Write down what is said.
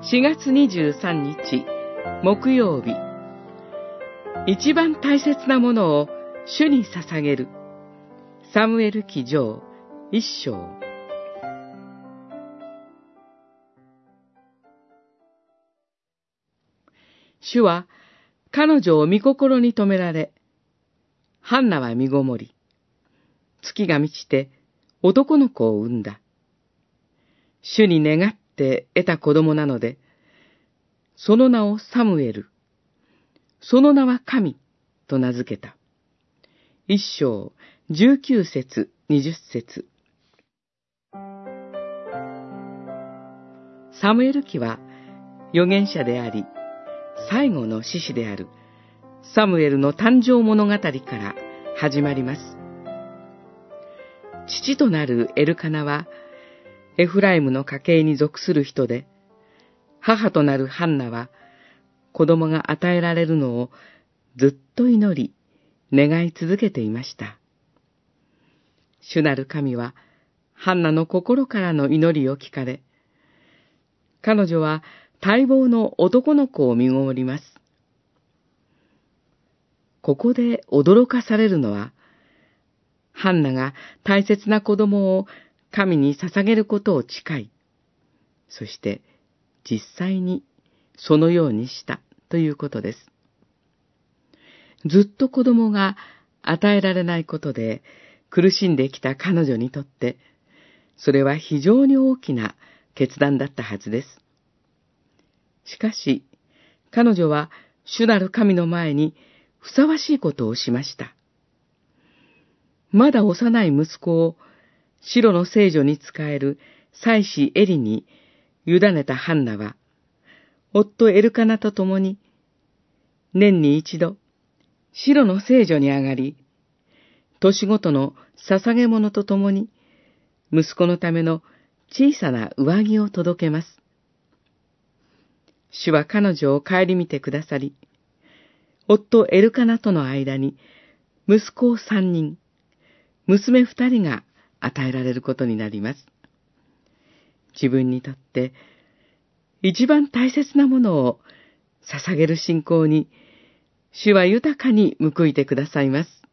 4月23日木曜日、一番大切なものを主に捧げる。サムエル記上1章。主は彼女を御心に止められ、ハンナは身ごもり、月が満ちて男の子を産んだ。主に願って得た子供なので、その名をサムエル、その名は神と名付けた。1章19節20節。サムエル記は預言者であり、最後の士師であるサムエルの誕生物語から始まります。父となるエルカナはエフライムの家系に属する人で、母となるハンナは子供が与えられるのをずっと祈り、願い続けていました。主なる神はハンナの心からの祈りを聞かれ、彼女は待望の男の子を身ごもります。ここで驚かされるのは、ハンナが大切な子供を神に捧げることを誓い、そして実際にそのようにしたということです。ずっと子供が与えられないことで苦しんできた彼女にとって、それは非常に大きな決断だったはずです。しかし、彼女は主なる神の前にふさわしいことをしました。まだ幼い息子をシロの聖女に仕える祭司エリに委ねたハンナは、夫エルカナと共に、年に一度、シロの聖女に上がり、年ごとの捧げ物と共に、息子のための小さな上着を届けます。主は彼女を顧みてくださり、夫エルカナとの間に、息子を3人、娘2人が与えられることになります。自分にとって一番大切なものを捧げる信仰に、主は豊かに報いてくださいます。